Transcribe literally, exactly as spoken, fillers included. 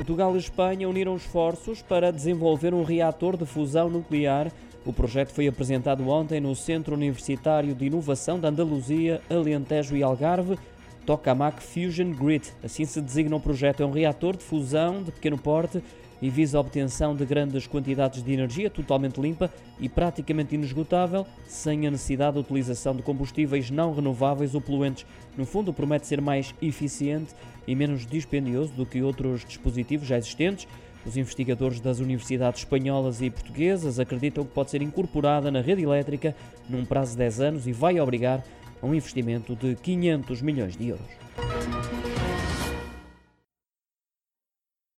Portugal e Espanha uniram esforços para desenvolver um reator de fusão nuclear. O projeto foi apresentado ontem no Centro Universitário de Inovação da Andaluzia, Alentejo e Algarve, Tokamak Fusion Grid. Assim se designa o projeto. É um reator de fusão de pequeno porte e visa a obtenção de grandes quantidades de energia totalmente limpa e praticamente inesgotável, sem a necessidade de utilização de combustíveis não renováveis ou poluentes. No fundo, promete ser mais eficiente e menos dispendioso do que outros dispositivos já existentes. Os investigadores das universidades espanholas e portuguesas acreditam que pode ser incorporada na rede elétrica num prazo de dez anos e vai obrigar a um investimento de quinhentos milhões de euros.